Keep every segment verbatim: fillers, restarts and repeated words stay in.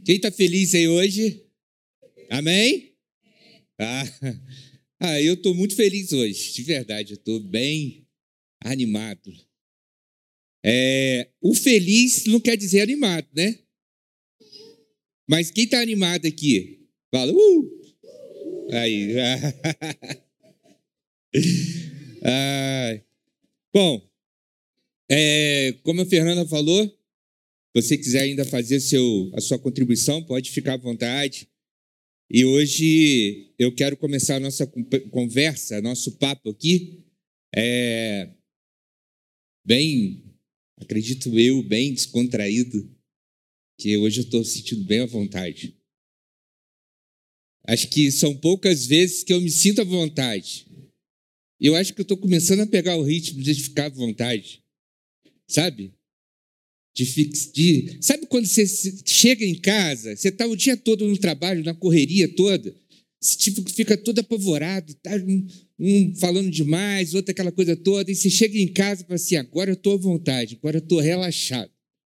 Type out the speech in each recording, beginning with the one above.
Quem está feliz aí hoje? Amém? Ah, ah eu estou muito feliz hoje, de verdade, eu estou bem animado. É, o feliz não quer dizer animado, né? Mas quem está animado aqui? Fala, uh! Aí. ah, bom, é, como a Fernanda falou, se você quiser ainda fazer seu, a sua contribuição, pode ficar à vontade. E hoje eu quero começar a nossa conversa, nosso papo aqui, é, bem, acredito eu, bem descontraído, que hoje eu estou sentindo bem à vontade. Acho que são poucas vezes que eu me sinto à vontade. Eu acho que eu estou começando a pegar o ritmo de ficar à vontade, sabe? De, de, sabe quando você chega em casa, você está o dia todo no trabalho, na correria toda, você tipo, fica todo apavorado, tá, um, um falando demais, outro aquela coisa toda, e você chega em casa e fala assim, agora eu estou à vontade, agora eu estou relaxado.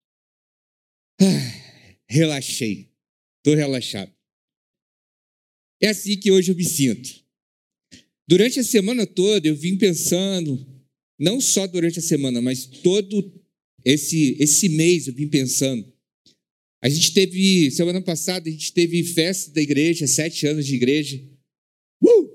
Ah, relaxei, estou relaxado. É assim que hoje eu me sinto. Durante a semana toda eu vim pensando, não só durante a semana, mas todo esse, esse mês eu vim pensando. A gente teve, semana passada, a gente teve festa da igreja, sete anos de igreja. Uh!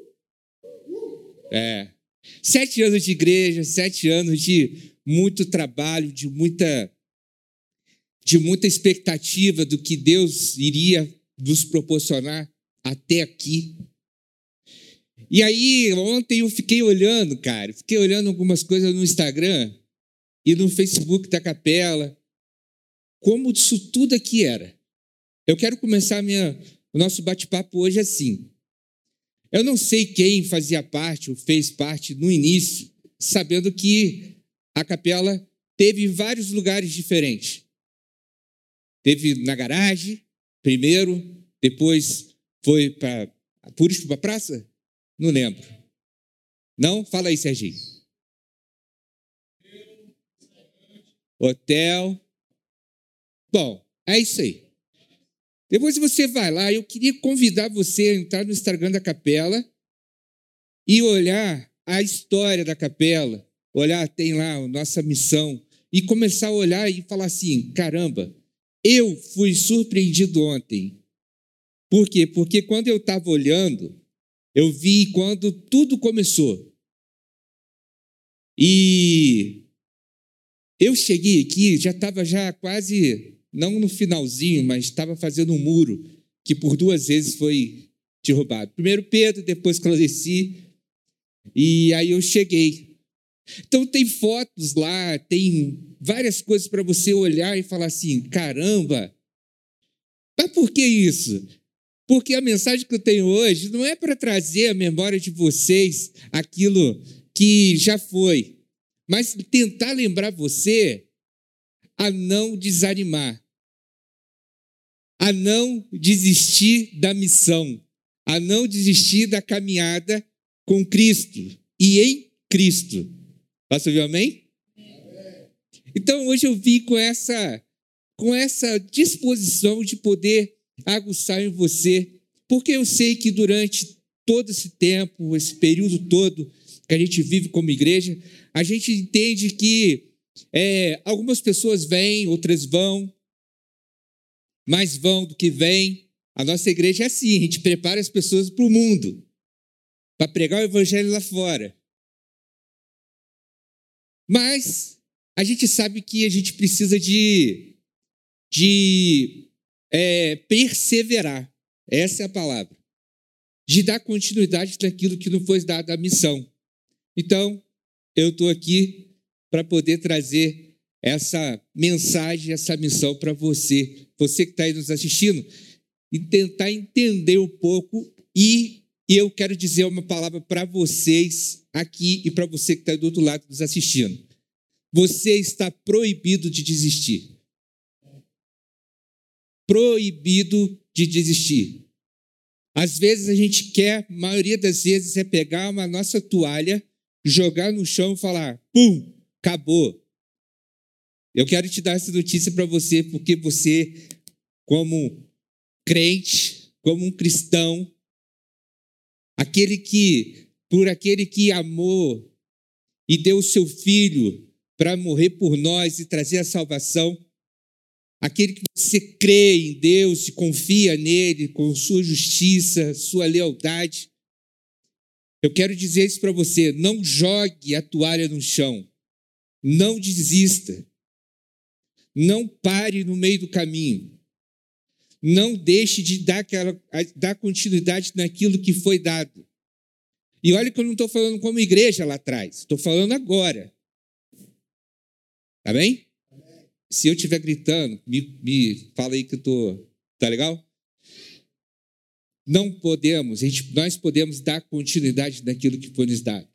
É, sete anos de igreja, sete anos de muito trabalho, de muita, de muita expectativa do que Deus iria nos proporcionar até aqui. E aí, ontem eu fiquei olhando, cara, fiquei olhando algumas coisas no Instagram e no Facebook da capela, como isso tudo aqui era. Eu quero começar minha, o nosso bate-papo hoje assim. Eu não sei quem fazia parte ou fez parte no início, sabendo que a capela teve vários lugares diferentes. Teve na garagem, primeiro, depois foi para por isso para a praça? Não lembro. Não? Fala aí, Serginho. Hotel. Bom, é isso aí. Depois você vai lá, eu queria convidar você a entrar no Instagram da capela e olhar a história da capela, olhar, tem lá a nossa missão, e começar a olhar e falar assim, caramba, eu fui surpreendido ontem. Por quê? Porque quando eu estava olhando, eu vi quando tudo começou. E eu cheguei aqui, já estava já quase, não no finalzinho, mas estava fazendo um muro que por duas vezes foi derrubado. Primeiro Pedro, depois Claudeci, e aí eu cheguei. Então tem fotos lá, tem várias coisas para você olhar e falar assim, caramba, mas por que isso? Porque a mensagem que eu tenho hoje não é para trazer à memória de vocês aquilo que já foi, mas tentar lembrar você a não desanimar, a não desistir da missão, a não desistir da caminhada com Cristo e em Cristo. Posso ouvir amém? Então hoje eu vim com essa, com essa disposição de poder aguçar em você, porque eu sei que durante todo esse tempo, esse período todo que a gente vive como igreja, a gente entende que é, algumas pessoas vêm, outras vão, mais vão do que vêm. A nossa igreja é assim, a gente prepara as pessoas para o mundo, para pregar o evangelho lá fora. Mas a gente sabe que a gente precisa de, de é, perseverar, essa é a palavra, de dar continuidade naquilo que não foi dado à missão. Então, eu estou aqui para poder trazer essa mensagem, essa missão para você, você que está aí nos assistindo, e tentar entender um pouco, e eu quero dizer uma palavra para vocês aqui e para você que está do outro lado nos assistindo. Você está proibido de desistir. Proibido de desistir. Às vezes a gente quer, a maioria das vezes, é pegar uma nossa toalha, jogar no chão e falar, pum, acabou. Eu quero te dar essa notícia para você, porque você, como crente, como um cristão, aquele que, por aquele que amou e deu o seu filho para morrer por nós e trazer a salvação, aquele que você crê em Deus e confia nele com sua justiça, sua lealdade. Eu quero dizer isso para você: não jogue a toalha no chão, não desista, não pare no meio do caminho, não deixe de dar, aquela, dar continuidade naquilo que foi dado. E olha que eu não estou falando como igreja lá atrás, estou falando agora. Tá bem? Se eu estiver gritando, me, me fala aí que eu estou... Tá legal? Não podemos, a gente, nós podemos dar continuidade naquilo que foi nos dado.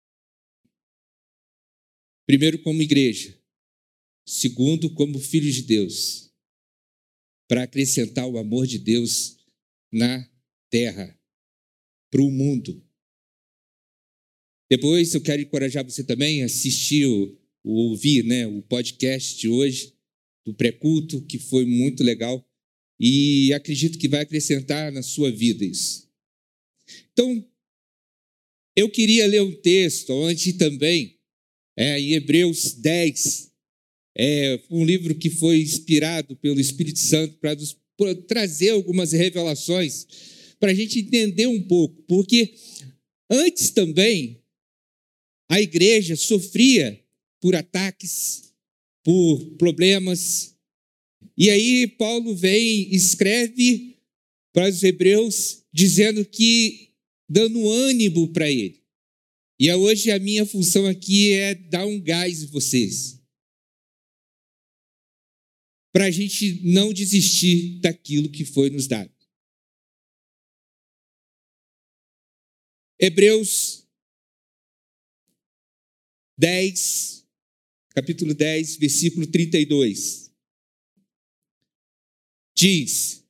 Primeiro, como igreja. Segundo, como filhos de Deus. Para acrescentar o amor de Deus na terra, para o mundo. Depois, eu quero encorajar você também a assistir, o, o ouvir, né, o podcast de hoje, do pré-culto, que foi muito legal. E acredito que vai acrescentar na sua vida isso. Então, eu queria ler um texto onde também, é, em Hebreus dez, é um livro que foi inspirado pelo Espírito Santo para nos trazer algumas revelações, para a gente entender um pouco, porque antes também a igreja sofria por ataques, por problemas. E aí Paulo vem e escreve para os hebreus, dizendo que, dando ânimo para ele. E hoje a minha função aqui é dar um gás em vocês, para a gente não desistir daquilo que foi nos dado. Hebreus dez, capítulo dez, versículo trinta e dois. Diz: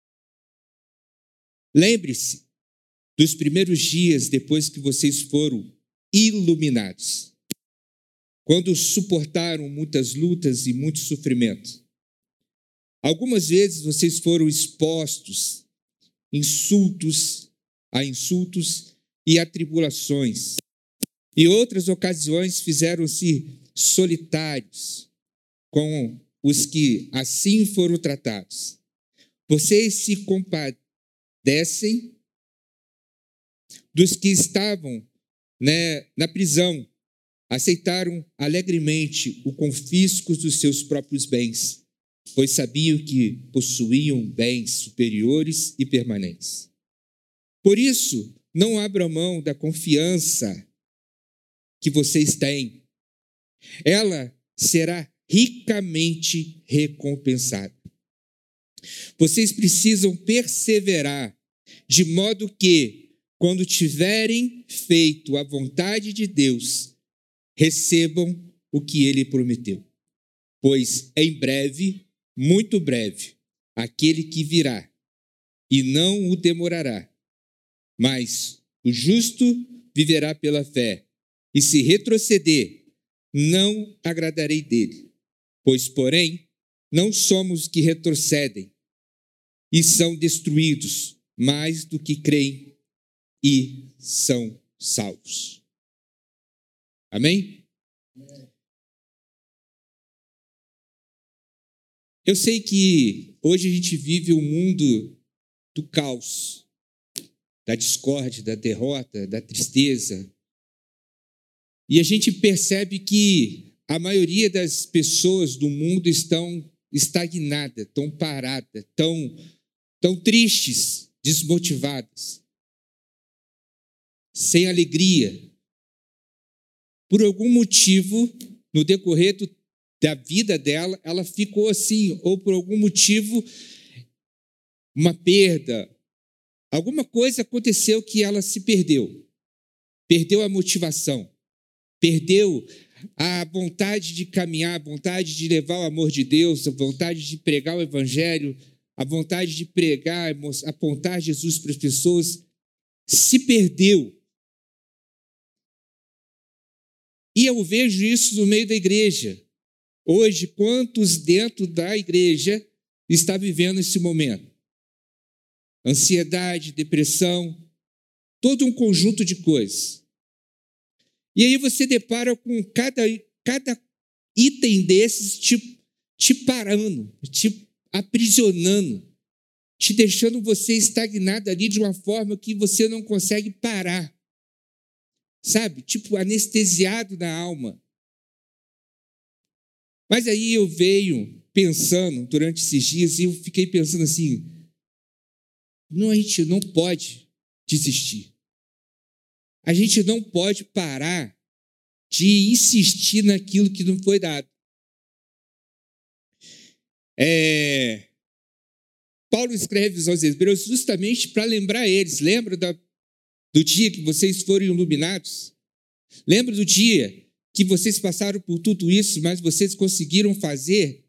lembre-se dos primeiros dias depois que vocês foram iluminados, quando suportaram muitas lutas e muitos sofrimentos. Algumas vezes vocês foram expostos insultos, a insultos e a tribulações. Em outras ocasiões fizeram-se solitários com os que assim foram tratados. Vocês se compadecem dos que estavam, né, na prisão, aceitaram alegremente o confisco dos seus próprios bens, pois sabiam que possuíam bens superiores e permanentes. Por isso, não abram mão da confiança que vocês têm. Ela será ricamente recompensada. Vocês precisam perseverar, de modo que, quando tiverem feito a vontade de Deus, recebam o que ele prometeu. Pois em breve, muito breve, aquele que virá, e não o demorará, mas o justo viverá pela fé, e se retroceder, não agradarei dele. Pois, porém, não somos os que retrocedem e são destruídos, mais do que creem e são salvos. Amém? Eu sei que hoje a gente vive um mundo do caos, da discórdia, da derrota, da tristeza. E a gente percebe que a maioria das pessoas do mundo estão estagnadas, estão paradas, estão, estão tristes, desmotivadas, sem alegria. Por algum motivo, no decorrer do, da vida dela, ela ficou assim, ou por algum motivo, uma perda, alguma coisa aconteceu que ela se perdeu, perdeu a motivação, perdeu a vontade de caminhar, a vontade de levar o amor de Deus, a vontade de pregar o evangelho, a vontade de pregar, apontar Jesus para as pessoas, se perdeu. E eu vejo isso no meio da igreja. Hoje, quantos dentro da igreja está vivendo esse momento? ansiedade, depressão, todo um conjunto de coisas. E aí você depara com cada, cada item desses te, te parando, te aprisionando, te deixando você estagnado ali de uma forma que você não consegue parar. Sabe? Tipo, anestesiado na alma. Mas aí eu venho pensando durante esses dias e eu fiquei pensando assim, não, a gente não pode desistir. A gente não pode parar de insistir naquilo que não foi dado. É, Paulo escreve aos Hebreus justamente para lembrar eles. Lembra da, do dia que vocês foram iluminados? Lembra do dia que vocês passaram por tudo isso, mas vocês conseguiram fazer,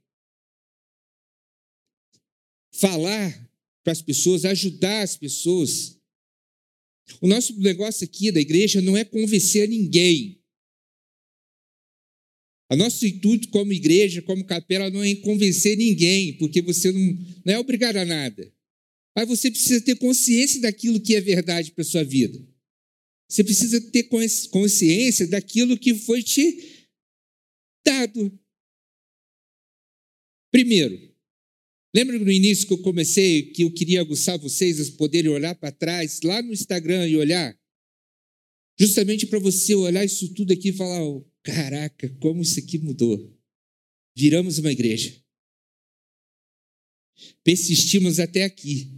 falar para as pessoas, ajudar as pessoas. O nosso negócio aqui da igreja não é convencer ninguém. O nosso intuito como igreja, como capela, não é convencer ninguém, porque você não, não é obrigado a nada. Mas você precisa ter consciência daquilo que é verdade para a sua vida. Você precisa ter consciência daquilo que foi te dado. Primeiro, lembra no início que eu comecei, que eu queria aguçar vocês a poderem olhar para trás, lá no Instagram e olhar? Justamente para você olhar isso tudo aqui e falar, oh, caraca, como isso aqui mudou. Viramos uma igreja. Persistimos até aqui.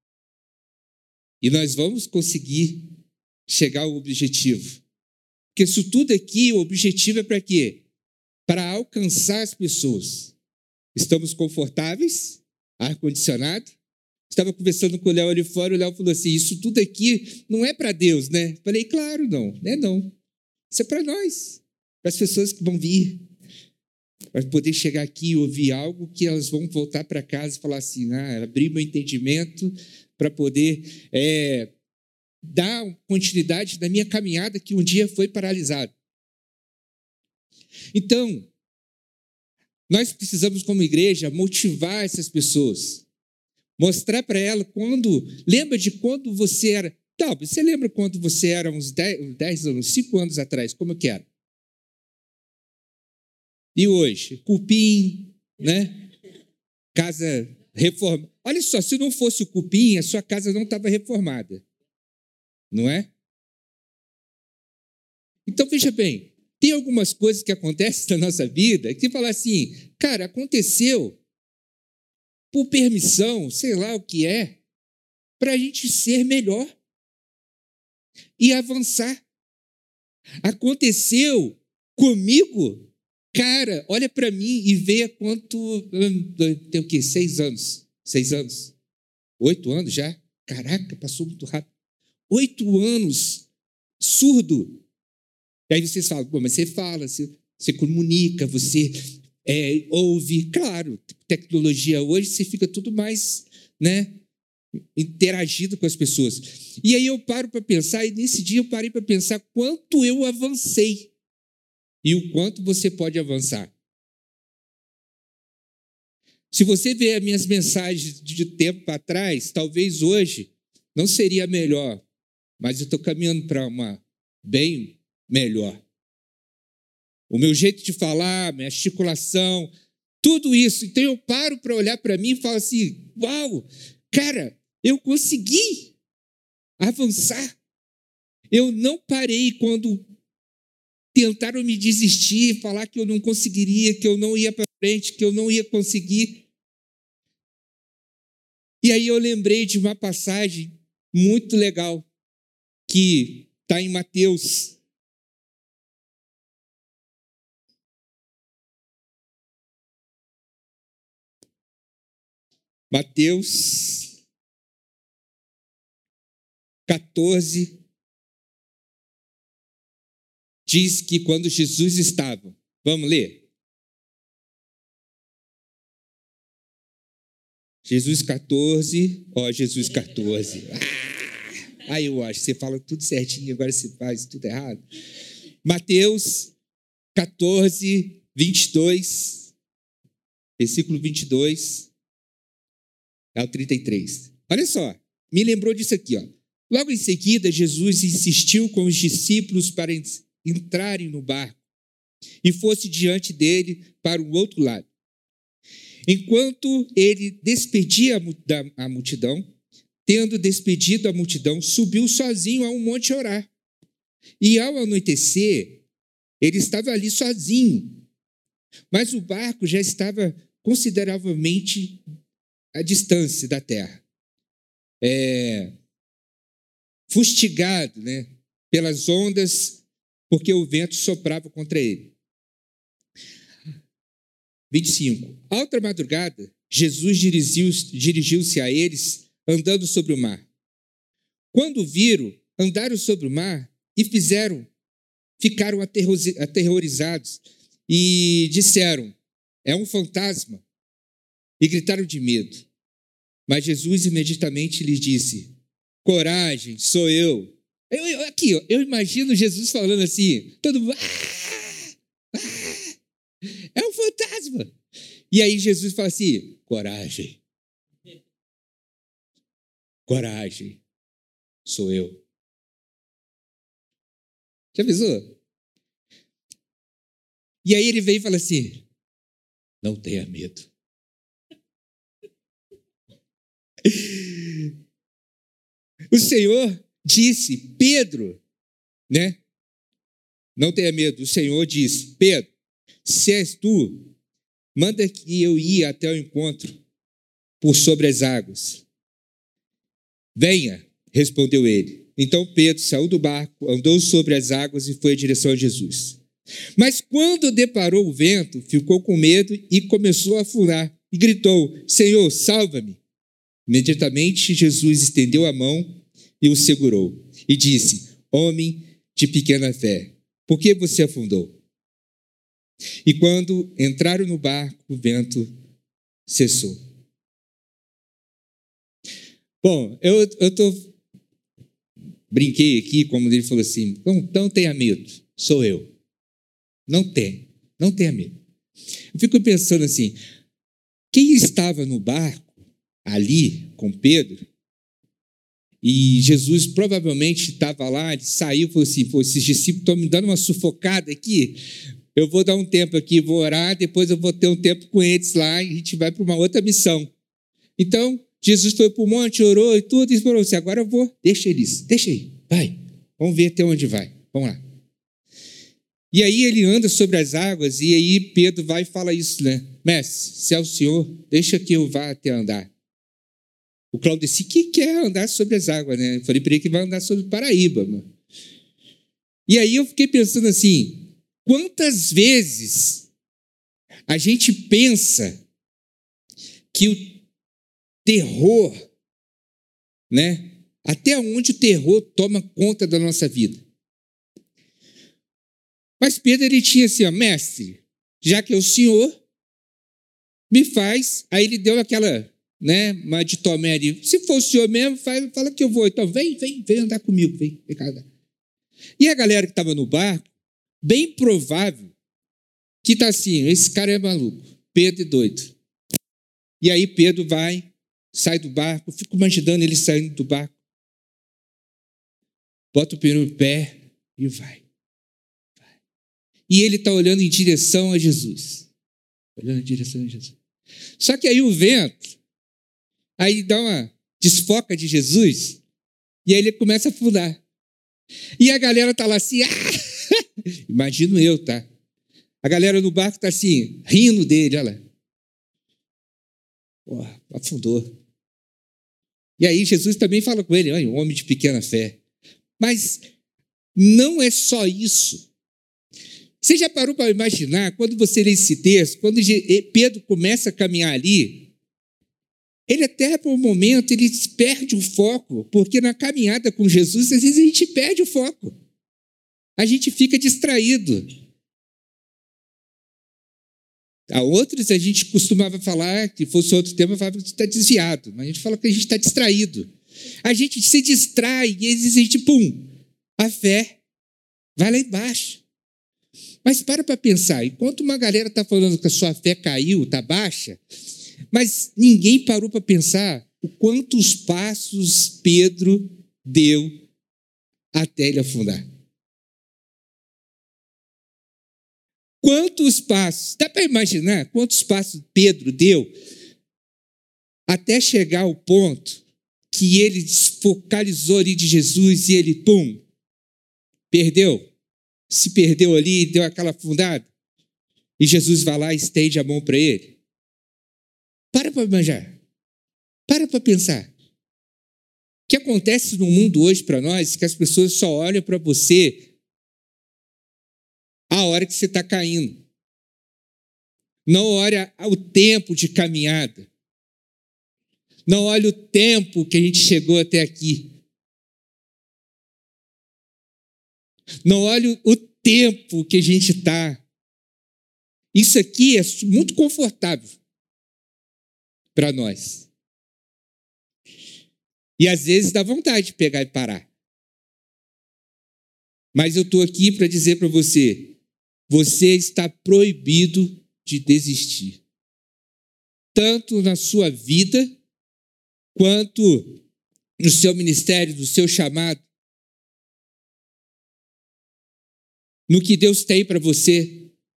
E nós vamos conseguir chegar ao objetivo. Porque isso tudo aqui, o objetivo é para quê? Para alcançar as pessoas. Estamos confortáveis? Ar-condicionado? Estava conversando com o Léo ali fora, o Léo falou assim, isso tudo aqui não é para Deus, né? Falei, claro, não, não é não. Isso é para nós, para as pessoas que vão vir, para poder chegar aqui e ouvir algo que elas vão voltar para casa e falar assim, ah, abrir meu entendimento para poder é, dar continuidade na minha caminhada que um dia foi paralisada. Então, nós precisamos, como igreja, motivar essas pessoas. Mostrar para ela quando... Lembra de quando você era... Tá, você lembra quando você era uns dez anos, cinco anos atrás, como que era? E hoje? Cupim, né? Casa reformada. Olha só, se não fosse o cupim, a sua casa não estava reformada. Não é? Então, veja bem, tem algumas coisas que acontecem na nossa vida que você fala assim, cara, aconteceu por permissão, sei lá o que é, para a gente ser melhor e avançar. Aconteceu comigo, cara, olha para mim e veja quanto, tem o quê? Seis anos, seis anos, oito anos já? Caraca, passou muito rápido. Oito anos, surdo. E aí vocês falam, pô, mas você fala, você, você comunica, você é, ouve. Claro, tecnologia hoje, você fica tudo mais, né, interagido com as pessoas. E aí eu paro para pensar, e nesse dia eu parei para pensar quanto eu avancei e o quanto você pode avançar. Se você ver as minhas mensagens de tempo para trás, talvez hoje não seria melhor, mas eu estou caminhando para uma bem melhor. O meu jeito de falar, minha articulação, tudo isso. Então eu paro para olhar para mim e falo assim, uau, cara, eu consegui avançar. Eu não parei quando tentaram me desistir, falar que eu não conseguiria, que eu não ia para frente, que eu não ia conseguir. E aí eu lembrei de uma passagem muito legal, que está em Mateus. Mateus quatorze diz que quando Jesus estava, vamos ler? Jesus quatorze, ó, Jesus quatorze. Ah, aí eu acho, você fala tudo certinho, agora você faz tudo errado. Mateus quatorze, vinte e dois, versículo vinte e dois ao trinta e três. Olha só, me lembrou disso aqui, ó. Logo em seguida, Jesus insistiu com os discípulos para entrarem no barco e fosse diante dele para o outro lado. Enquanto ele despedia a multidão, tendo despedido a multidão, subiu sozinho a um monte orar. E ao anoitecer, ele estava ali sozinho, mas o barco já estava consideravelmente à distância da terra, é, fustigado, né, pelas ondas, porque o vento soprava contra ele. vinte e cinco. À outra madrugada, Jesus dirigiu-se dirigiu-se a eles, andando sobre o mar. Quando viram, andaram sobre o mar e fizeram, ficaram aterrorizados e disseram, é um fantasma, e gritaram de medo. Mas Jesus imediatamente lhes disse, coragem, sou eu. eu, eu aqui, ó, eu imagino Jesus falando assim, todo mundo, ah, ah, é um fantasma. E aí Jesus fala assim, coragem, coragem, sou eu. Já avisou? E aí ele vem e fala assim, não tenha medo. O Senhor disse, Pedro, né? Não tenha medo. O Senhor disse, Pedro, se és tu, manda que eu ia até o encontro por sobre as águas. Venha, respondeu ele. Então Pedro saiu do barco, andou sobre as águas e foi em direção a Jesus. Mas quando deparou o vento, ficou com medo e começou a afundar e gritou, Senhor, salva-me. Imediatamente Jesus estendeu a mão e o segurou e disse, homem de pequena fé, por que você afundou? E quando entraram no barco, o vento cessou. Bom, eu, eu tô, brinquei aqui, como ele falou assim, não, não tenha medo, sou eu. Não tem, não tenha medo. Eu fico pensando assim, quem estava no barco, ali, com Pedro, e Jesus provavelmente estava lá, ele saiu e falou assim, pô, esses discípulos estão me dando uma sufocada aqui, eu vou dar um tempo aqui, vou orar, depois eu vou ter um tempo com eles lá, e a gente vai para uma outra missão. Então, Jesus foi para o monte, orou e tudo, e falou assim, agora eu vou, deixa eles, deixa aí, vai, vamos ver até onde vai, vamos lá. E aí ele anda sobre as águas, e aí Pedro vai e fala isso, né? Mestre, se é o Senhor, deixa que eu vá até andar. O Cláudio disse, que quer andar sobre as águas, né? Eu falei para ele que vai andar sobre Paraíba, mano. E aí eu fiquei pensando assim, quantas vezes a gente pensa que o terror, né? Até onde o terror toma conta da nossa vida. Mas Pedro, ele tinha assim, ó, mestre, já que é o Senhor, me faz, aí ele deu aquela, né, uma de Tomé ali, se for o Senhor mesmo, faz, fala que eu vou, então vem, vem, vem andar comigo, vem, vem cá andar. E a galera que estava no barco, bem provável que está assim, esse cara é maluco, Pedro é doido. E aí Pedro vai, sai do barco, eu fico imaginando ele saindo do barco, bota o pneu no pé e vai. E ele está olhando em direção a Jesus. Olhando em direção a Jesus. Só que aí o vento, aí dá uma desfoca de Jesus, e aí ele começa a afundar. E a galera está lá assim, ah! Imagino eu, tá? A galera no barco está assim, rindo dele, olha lá. Pô, afundou. E aí Jesus também fala com ele, olha, um homem de pequena fé. Mas não é só isso. Você já parou para imaginar, quando você lê esse texto, quando Pedro começa a caminhar ali, ele até por um momento, ele perde o foco, porque na caminhada com Jesus, às vezes a gente perde o foco. A gente fica distraído. A outros a gente costumava falar, que fosse outro tema, falava que está desviado, mas a gente fala que a gente está distraído. A gente se distrai e às vezes a gente, pum, a fé vai lá embaixo. Mas para para pensar, enquanto uma galera está falando que a sua fé caiu, está baixa, mas ninguém parou para pensar, o quantos passos Pedro deu até ele afundar. Quantos passos? Dá para imaginar quantos passos Pedro deu até chegar ao ponto que ele desfocalizou ali de Jesus e ele, pum, perdeu. Se perdeu ali, deu aquela afundada. E Jesus vai lá e estende a mão para ele. Para para imaginar. Para para pensar. O que acontece no mundo hoje para nós é que as pessoas só olham para você a hora que você está caindo. Não olha o tempo de caminhada. Não olha o tempo que a gente chegou até aqui. Não olha o tempo que a gente está. Isso aqui é muito confortável para nós. E às vezes dá vontade de pegar e parar. Mas eu estou aqui para dizer para você, você está proibido de desistir. Tanto na sua vida, quanto no seu ministério, no seu chamado, no que Deus tem para você.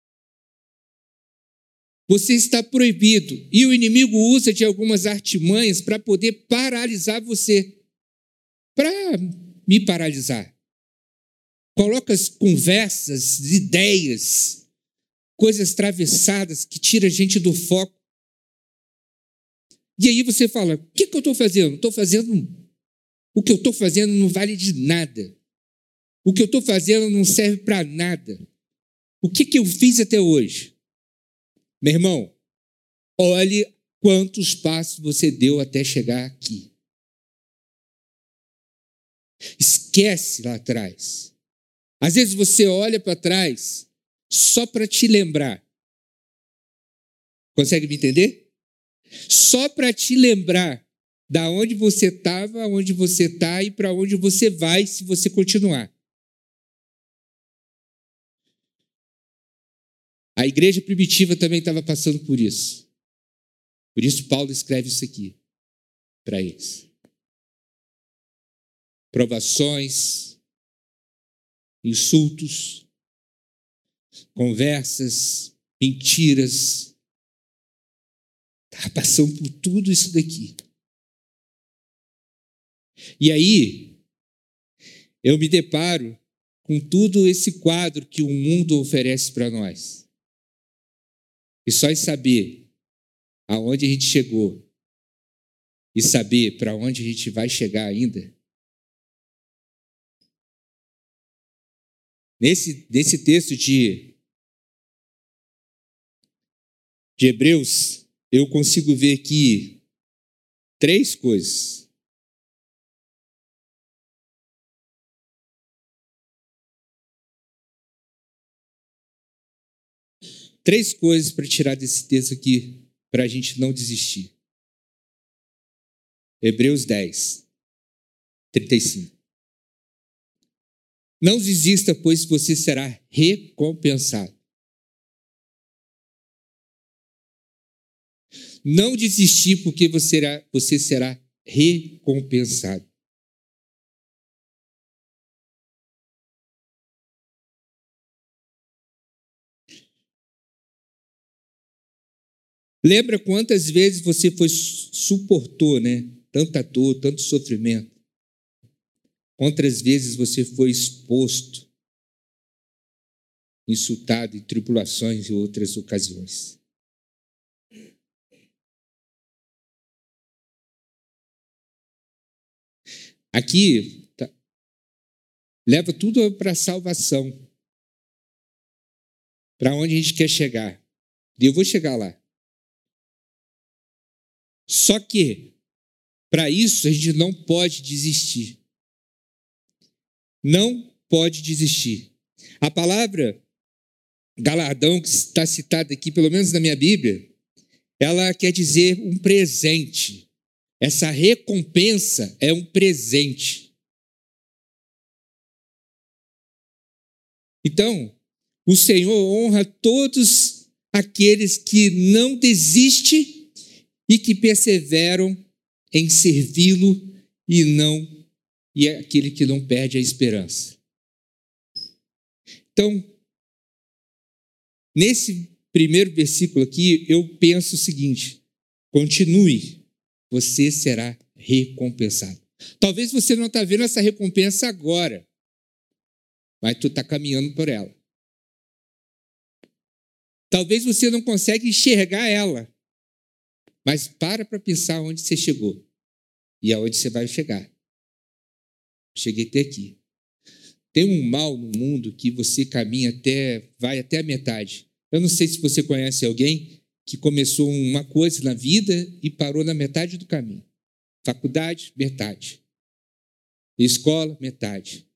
Você está proibido. E o inimigo usa de algumas artimanhas para poder paralisar você. Para me paralisar. Coloca as conversas, ideias, coisas atravessadas que tiram a gente do foco. E aí você fala, o que, que eu estou fazendo? Estou fazendo... O que eu estou fazendo não vale de nada. O que eu estou fazendo não serve para nada. O que, que eu fiz até hoje? Meu irmão, olhe quantos passos você deu até chegar aqui. Esquece lá atrás. Às vezes você olha para trás só para te lembrar. Consegue me entender? Só para te lembrar da onde você estava, onde você está e para onde você vai se você continuar. A igreja primitiva também estava passando por isso. Por isso Paulo escreve isso aqui para eles. Provações, insultos, conversas, mentiras. Estava passando por tudo isso daqui. E aí, eu me deparo com tudo esse quadro que o mundo oferece para nós. E só em saber aonde a gente chegou e saber para onde a gente vai chegar ainda. Nesse, nesse texto de, de Hebreus, eu consigo ver aqui três coisas. Três coisas para tirar desse texto aqui, para a gente não desistir. Hebreus dez, trinta e cinco. Não desista, pois você será recompensado. Não desistir, porque você será, você será recompensado. Lembra quantas vezes você foi, suportou, né? Tanta dor, tanto sofrimento. Quantas vezes você foi exposto, insultado em tribulações e outras ocasiões. Aqui, tá, leva tudo para a salvação. Para onde a gente quer chegar. E eu vou chegar lá. Só que, para isso, a gente não pode desistir. Não pode desistir. A palavra galardão, que está citada aqui, pelo menos na minha Bíblia, ela quer dizer um presente. Essa recompensa é um presente. Então, o Senhor honra todos aqueles que não desistem e que perseveram em servi-lo e não e é aquele que não perde a esperança. Então, nesse primeiro versículo aqui, eu penso o seguinte: continue, você será recompensado. Talvez você não está vendo essa recompensa agora, mas tu está caminhando por ela. Talvez você não consiga enxergar ela, mas para para pensar onde você chegou e aonde você vai chegar. Cheguei até aqui. Tem um mal no mundo que você caminha até, vai até a metade. Eu não sei se você conhece alguém que começou uma coisa na vida e parou na metade do caminho. Faculdade, metade. Escola, metade.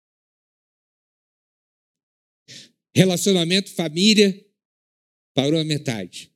Relacionamento, família, parou na metade.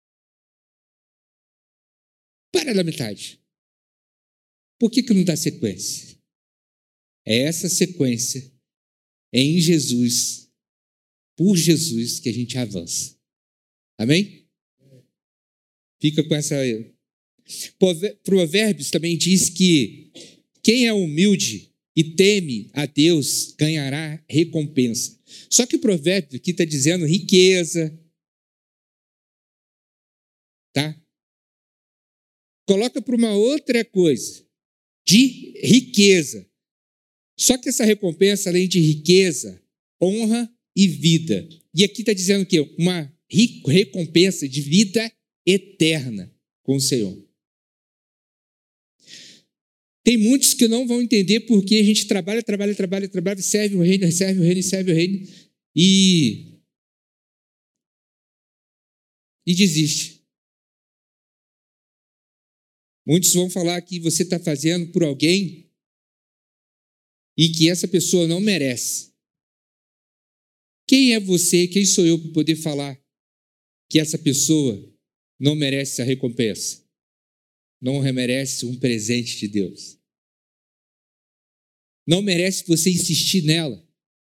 Para na metade. Por que que não dá sequência? É essa sequência, é em Jesus, por Jesus, que a gente avança. Amém? Fica com essa... Provérbios também diz que quem é humilde e teme a Deus ganhará recompensa. Só que o provérbio aqui está dizendo riqueza, tá? Coloca para uma outra coisa, de riqueza. Só que essa recompensa, além de riqueza, honra e vida. E aqui está dizendo o quê? Uma recompensa de vida eterna com o Senhor. Tem muitos que não vão entender porque a gente trabalha, trabalha, trabalha, trabalha, serve o reino, serve o reino, serve o reino e, e desiste. Muitos vão falar que você está fazendo por alguém e que essa pessoa não merece. Quem é você, quem sou eu para poder falar que essa pessoa não merece a recompensa? Não merece um presente de Deus. Não merece você insistir nela.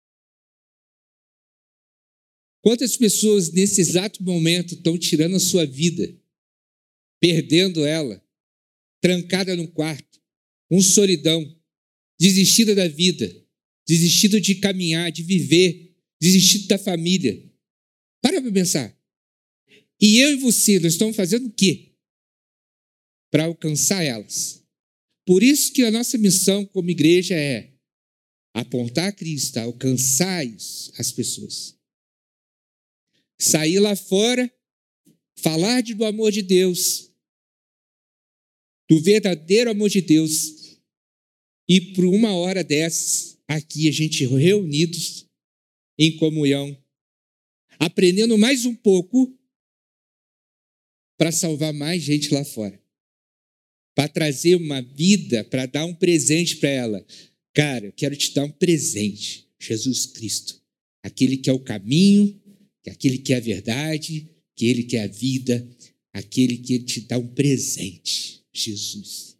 Quantas pessoas nesse exato momento estão tirando a sua vida, perdendo ela, trancada num quarto, com solidão, desistida da vida, desistida de caminhar, de viver, desistida da família. Para para pensar. E eu e você, nós estamos fazendo o quê para alcançar elas? Por isso que a nossa missão como igreja é apontar a Cristo, alcançar as pessoas. Sair lá fora, falar do amor de Deus, do verdadeiro amor de Deus, e por uma hora dessas, aqui a gente reunidos em comunhão, aprendendo mais um pouco para salvar mais gente lá fora, para trazer uma vida, para dar um presente para ela. Cara, eu quero te dar um presente, Jesus Cristo, aquele que é o caminho, aquele que é a verdade, aquele que é a vida, aquele que te dá um presente, Jesus.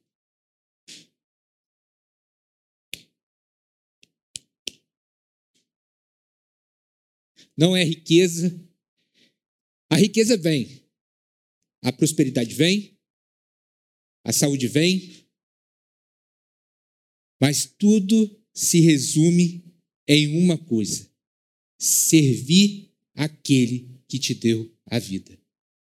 Não é riqueza. A riqueza vem, a prosperidade vem, a saúde vem, mas tudo se resume em uma coisa: servir aquele que te deu a vida.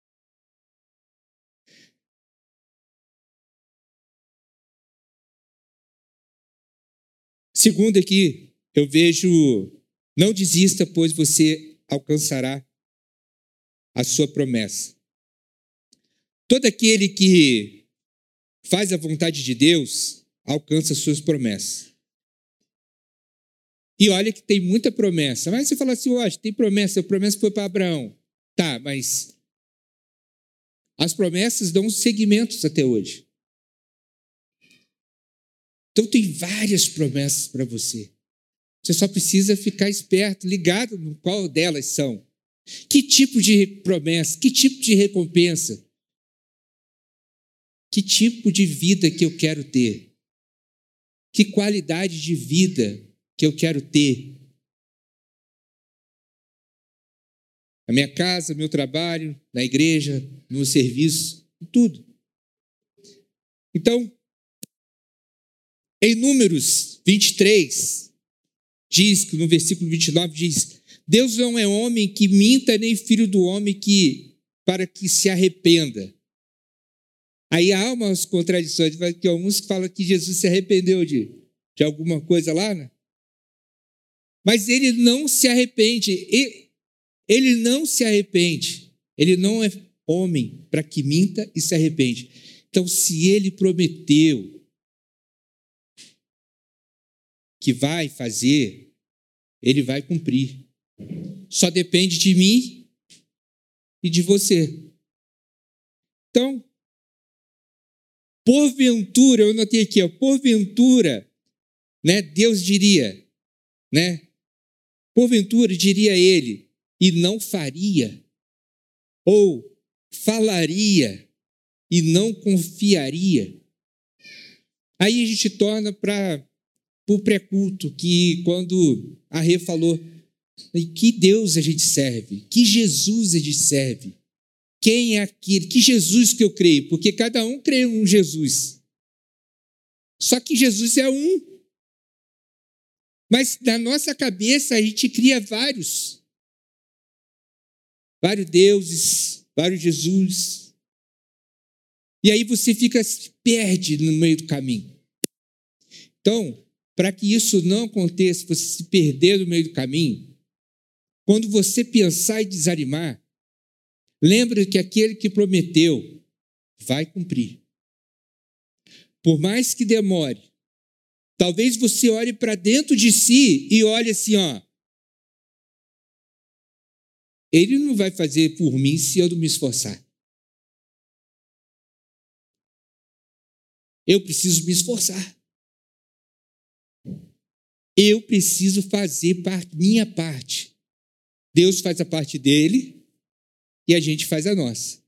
Segundo aqui, eu vejo, não desista, pois você alcançará a sua promessa. Todo aquele que faz a vontade de Deus alcança as suas promessas. E olha que tem muita promessa. Mas você fala assim, hoje tem promessa, a promessa foi para Abraão. Tá, mas as promessas dão segmentos até hoje. Então tem várias promessas para você. Você só precisa ficar esperto, ligado no qual delas são. Que tipo de promessa, que tipo de recompensa? Que tipo de vida que eu quero ter? Que qualidade de vida que eu quero ter? Na minha casa, no meu trabalho, na igreja, no meu serviço, tudo. Então, em Números vinte e três, diz que no versículo vinte e nove diz: Deus não é homem que minta, nem filho do homem que para que se arrependa. Aí há umas contradições, que alguns falam que Jesus se arrependeu de, de alguma coisa lá, né? Mas ele não se arrepende, ele, ele não se arrepende, ele não é homem para que minta e se arrepende. Então, se ele prometeu que vai fazer, ele vai cumprir. Só depende de mim e de você. Então, porventura, eu notei aqui, ó, porventura, né, Deus diria, né, porventura diria ele, e não faria, ou falaria e não confiaria. Aí a gente torna para o pré-culto, que quando a Rê falou, que Deus a gente serve, que Jesus a gente serve, quem é aquele, que Jesus que eu creio, porque cada um crê em um Jesus, só que Jesus é um, mas na nossa cabeça a gente cria vários, vários deuses, vários Jesus, e aí você fica, se perde no meio do caminho. Então, para que isso não aconteça, você se perder no meio do caminho, quando você pensar e desanimar, lembre que aquele que prometeu vai cumprir. Por mais que demore, talvez você olhe para dentro de si e olhe assim, ó, ele não vai fazer por mim se eu não me esforçar. Eu preciso me esforçar. Eu preciso fazer a minha parte. Deus faz a parte dele e a gente faz a nossa.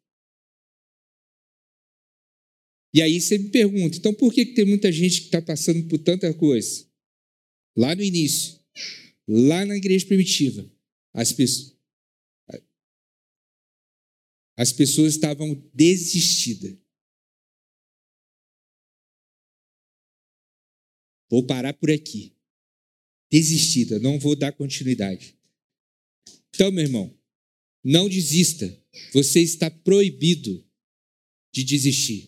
E aí você me pergunta, então por que tem muita gente que está passando por tanta coisa? Lá no início, lá na igreja primitiva, as pessoas, as pessoas estavam desistidas. Vou parar por aqui. Desistida, não vou dar continuidade. Então, meu irmão, não desista. Você está proibido de desistir.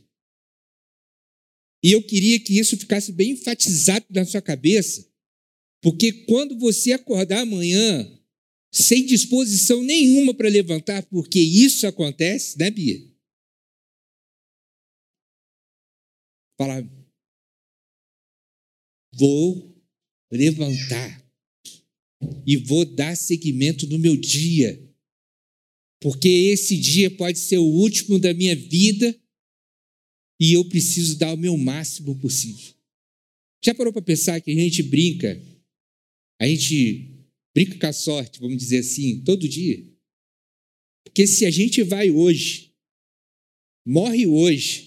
E eu queria que isso ficasse bem enfatizado na sua cabeça, porque quando você acordar amanhã, sem disposição nenhuma para levantar, porque isso acontece, né, Bia? Fala, vou levantar e vou dar seguimento no meu dia, porque esse dia pode ser o último da minha vida e eu preciso dar o meu máximo possível. Já parou para pensar que a gente brinca, a gente brinca com a sorte, vamos dizer assim, todo dia? Porque se a gente vai hoje, morre hoje,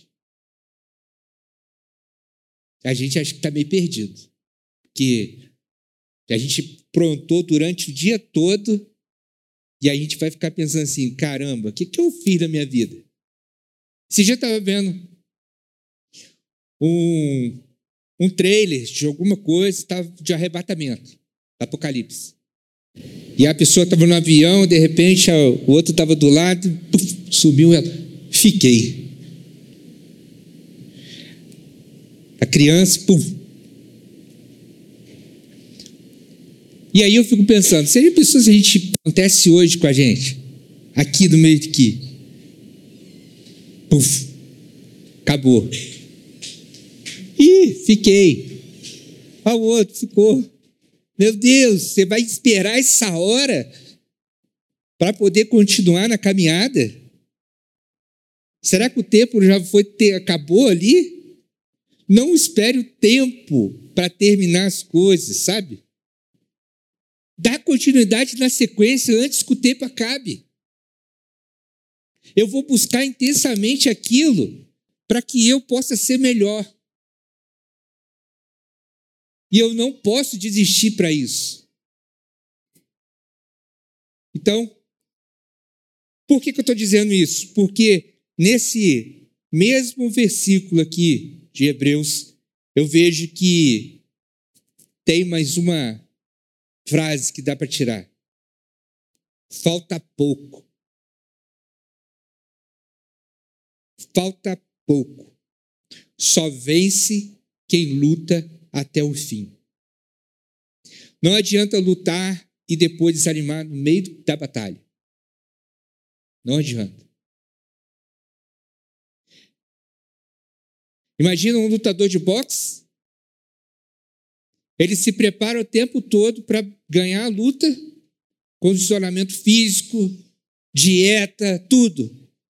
a gente acha que está meio perdido. Porque a gente prontou durante o dia todo e a gente vai ficar pensando assim, caramba, o que, que eu fiz na minha vida? Esse dia eu estava vendo um, um trailer de alguma coisa de arrebatamento, Apocalipse. E a pessoa estava no avião, de repente o outro estava do lado, puf, subiu ela. Fiquei. A criança, puf. E aí eu fico pensando, seria pessoas que a gente acontece hoje com a gente, aqui no meio de aqui. Puf, acabou. Ih, fiquei. Ah, o outro ficou. Meu Deus, você vai esperar essa hora para poder continuar na caminhada? Será que o tempo já foi ter, acabou ali? Não espere o tempo para terminar as coisas, sabe? Dá continuidade na sequência antes que o tempo acabe. Eu vou buscar intensamente aquilo para que eu possa ser melhor. E eu não posso desistir para isso. Então, por que, que eu estou dizendo isso? Porque nesse mesmo versículo aqui de Hebreus, eu vejo que tem mais uma frase que dá para tirar. Falta pouco. Falta pouco. Só vence quem luta até o fim. Não adianta lutar e depois desanimar no meio da batalha. Não adianta. Imagina um lutador de boxe. Ele se prepara o tempo todo para ganhar a luta, condicionamento físico, dieta, tudo.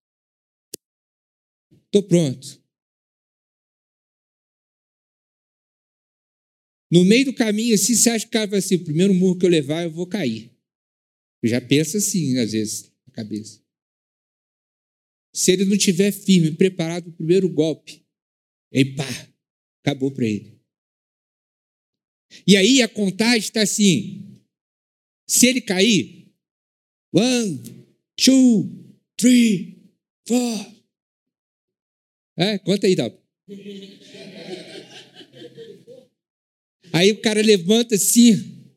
Estou pronto. No meio do caminho, assim, você acha que o cara vai assim, o primeiro murro que eu levar, eu vou cair. Eu já pensa assim, às vezes, na cabeça. Se ele não estiver firme, preparado para o primeiro golpe, aí pá, acabou para ele. E aí a contagem está assim, se ele cair, one, two, three, four. É, conta aí, Dalton. Aí o cara levanta assim,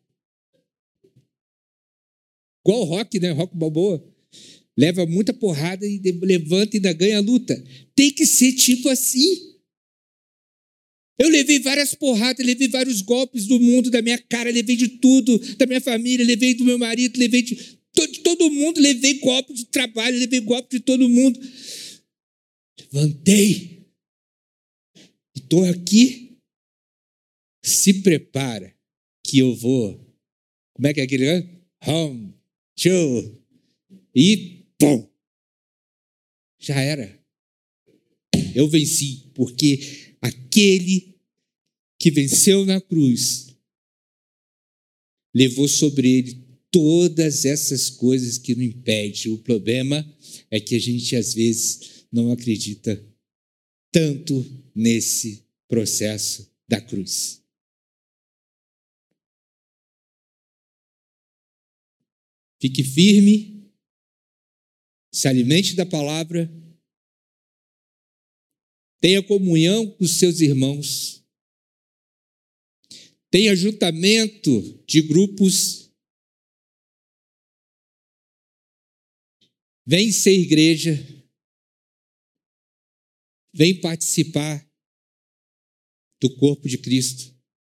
igual o Rock, né? Rock Balboa. Leva muita porrada e levanta e ainda ganha a luta. Tem que ser tipo assim. Eu levei várias porradas, levei vários golpes do mundo, da minha cara, levei de tudo, da minha família, levei do meu marido, levei de, de todo mundo, levei golpe de trabalho, levei golpe de todo mundo. Levantei. E estou aqui. Se prepara que eu vou. Como é que é aquele? Home, show. E pum. Já era. Eu venci, porque aquele que venceu na cruz levou sobre ele todas essas coisas que nos impedem. O problema é que a gente às vezes não acredita tanto nesse processo da cruz. Fique firme, se alimente da palavra, tenha comunhão com os seus irmãos, tenha ajuntamento de grupos, vem ser igreja, vem participar do corpo de Cristo.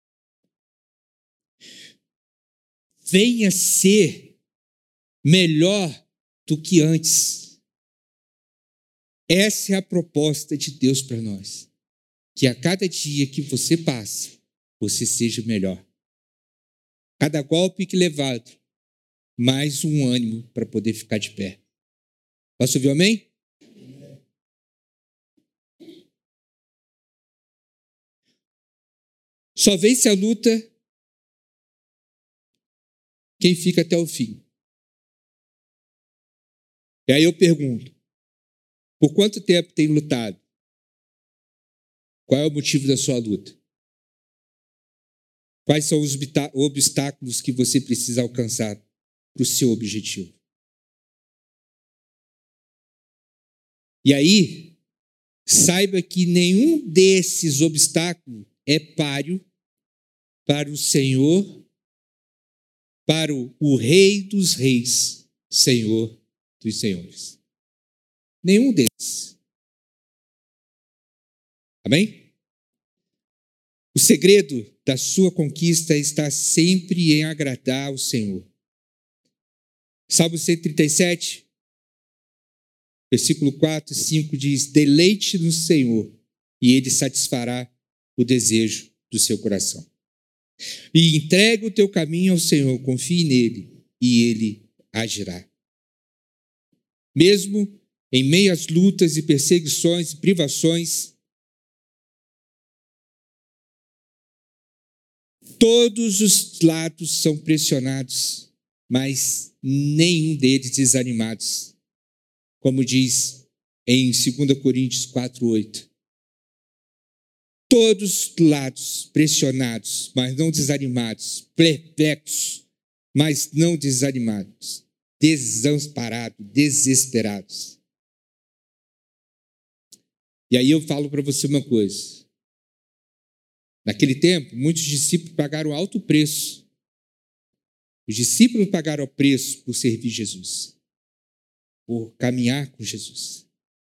Venha ser melhor do que antes. Essa é a proposta de Deus para nós. Que a cada dia que você passa, você seja melhor. Cada golpe que levado, mais um ânimo para poder ficar de pé. Posso ouvir amém? Só vence a luta quem fica até o fim. E aí eu pergunto, por quanto tempo tem lutado? Qual é o motivo da sua luta? Quais são os obstáculos que você precisa alcançar para o seu objetivo? E aí, saiba que nenhum desses obstáculos é páreo para o Senhor, para o, o Rei dos Reis, Senhor dos Senhores. Nenhum deles. Amém? O segredo da sua conquista está sempre em agradar ao Senhor. Salmo cento e trinta e sete, versículo quatro e cinco diz: deleite no Senhor e Ele satisfará o desejo do seu coração. E entrega o teu caminho ao Senhor, confie nele e Ele agirá. Mesmo em meio às lutas e perseguições e privações, todos os lados são pressionados, mas nenhum deles desanimados. Como diz em dois Coríntios quatro, oito. Todos os lados pressionados, mas não desanimados. Perplexos, mas não desanimados. Desamparados, desesperados. E aí eu falo para você uma coisa. Naquele tempo, muitos discípulos pagaram alto preço. Os discípulos pagaram o preço por servir Jesus, por caminhar com Jesus.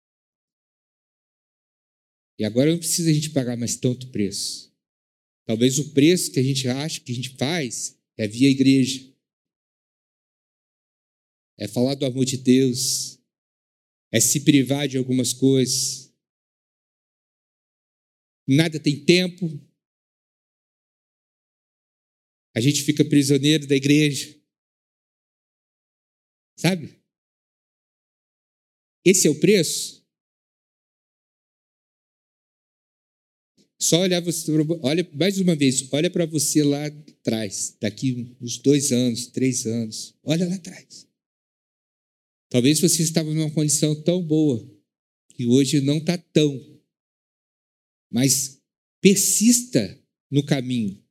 E agora não precisa a gente pagar mais tanto preço. Talvez o preço que a gente acha que a gente faz é via igreja. É falar do amor de Deus. É se privar de algumas coisas. Nada tem tempo. A gente fica prisioneiro da igreja. Sabe? Esse é o preço. Só olhar você, olha mais uma vez, olha para você lá atrás, daqui uns dois anos, três anos, olha lá atrás. Talvez você estava numa condição tão boa que hoje não está tão, mas persista no caminho,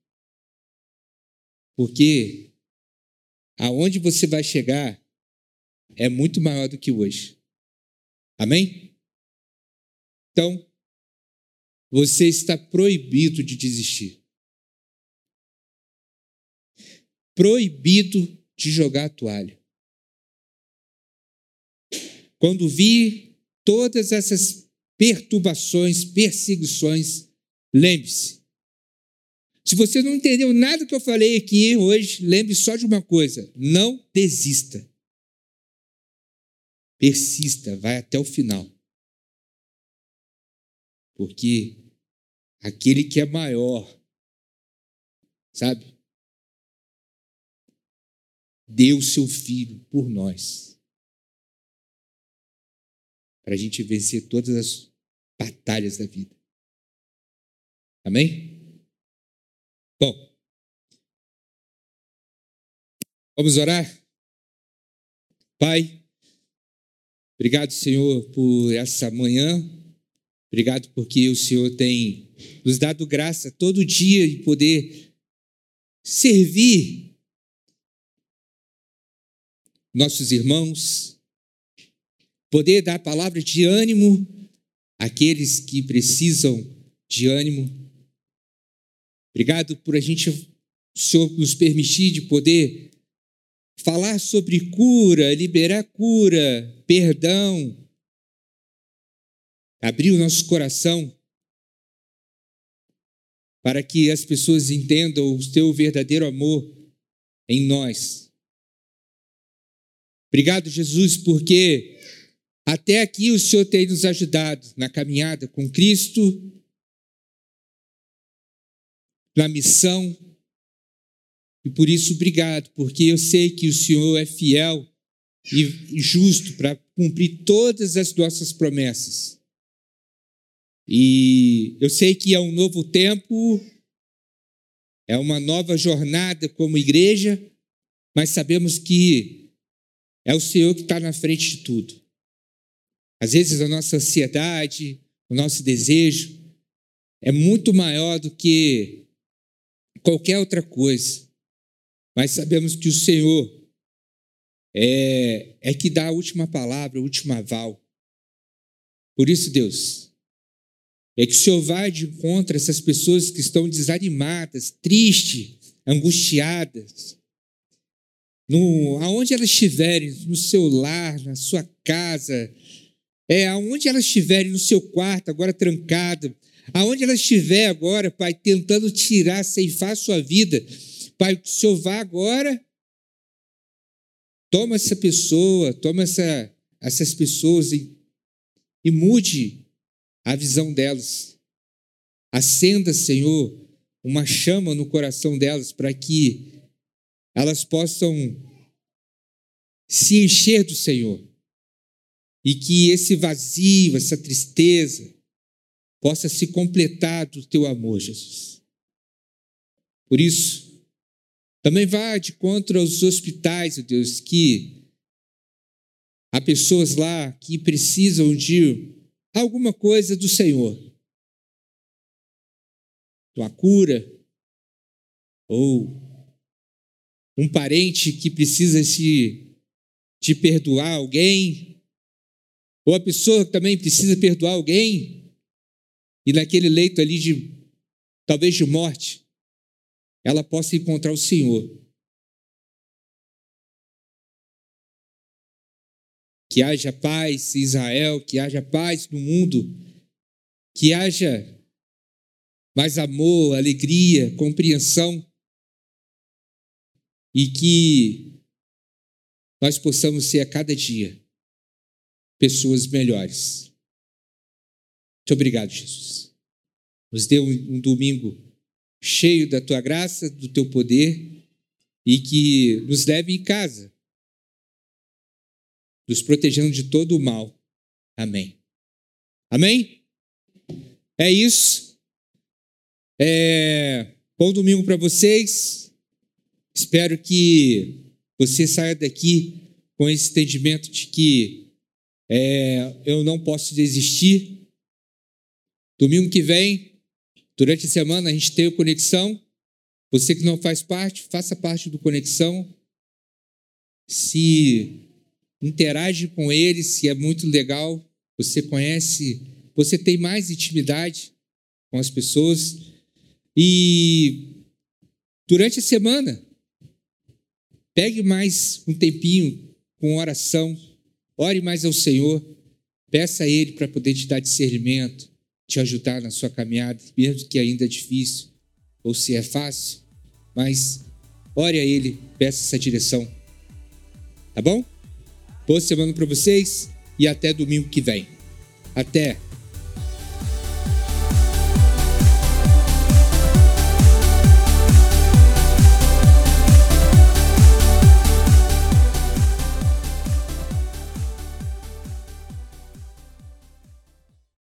porque aonde você vai chegar é muito maior do que hoje. Amém? Então, você está proibido de desistir. Proibido de jogar a toalha. Quando vi todas essas perturbações, perseguições, lembre-se. Se você não entendeu nada que eu falei aqui hoje, lembre só de uma coisa: não desista. Persista, vai até o final. Porque aquele que é maior, sabe? Deu seu filho por nós. Para a gente vencer todas as batalhas da vida. Amém? Bom, vamos orar? Pai, obrigado, Senhor, por essa manhã. Obrigado porque o Senhor tem nos dado graça todo dia de poder servir nossos irmãos, poder dar palavra de ânimo àqueles que precisam de ânimo. Obrigado por a gente, o Senhor nos permitir de poder falar sobre cura, liberar cura, perdão, abrir o nosso coração para que as pessoas entendam o teu verdadeiro amor em nós. Obrigado, Jesus, porque até aqui o Senhor tem nos ajudado na caminhada com Cristo, na missão, e por isso obrigado, porque eu sei que o Senhor é fiel e justo para cumprir todas as nossas promessas. E eu sei que é um novo tempo, é uma nova jornada como igreja, mas sabemos que é o Senhor que está na frente de tudo. Às vezes a nossa ansiedade, o nosso desejo é muito maior do que qualquer outra coisa, mas sabemos que o Senhor é, é que dá a última palavra, o último aval. Por isso, Deus, é que o Senhor vai de encontro a essas pessoas que estão desanimadas, tristes, angustiadas, no, aonde elas estiverem, no seu lar, na sua casa, é, aonde elas estiverem, no seu quarto, agora trancado, aonde elas estiver agora, Pai, tentando tirar, ceifar a sua vida, Pai, que o Senhor vá agora, toma essa pessoa, toma essa, essas pessoas e, e mude a visão delas. Acenda, Senhor, uma chama no coração delas para que elas possam se encher do Senhor e que esse vazio, essa tristeza possa se completar do teu amor, Jesus. Por isso, também vá de contra os hospitais, ó Deus, que há pessoas lá que precisam de alguma coisa do Senhor. Uma cura, ou um parente que precisa se, te perdoar alguém, ou a pessoa que também precisa perdoar alguém. e naquele leito ali de, talvez de morte, ela possa encontrar o Senhor. Que haja paz em Israel, que haja paz no mundo, que haja mais amor, alegria, compreensão, e que nós possamos ser a cada dia pessoas melhores. Muito obrigado, Jesus. Nos dê um, um domingo cheio da tua graça, do teu poder, e que nos leve em casa, nos protegendo de todo o mal. Amém. Amém? É isso. É... Bom domingo para vocês. Espero que você saia daqui com esse entendimento de que é, eu não posso desistir. Domingo que vem, durante a semana, a gente tem o Conexão. Você que não faz parte, faça parte do Conexão. Se interage com ele, se é muito legal, você conhece, você tem mais intimidade com as pessoas. E durante a semana, pegue mais um tempinho com oração, ore mais ao Senhor, peça a Ele para poder te dar discernimento, te ajudar na sua caminhada, mesmo que ainda é difícil, ou se é fácil, mas ore a Ele, peça essa direção. Tá bom? Boa semana para vocês e até domingo que vem. Até!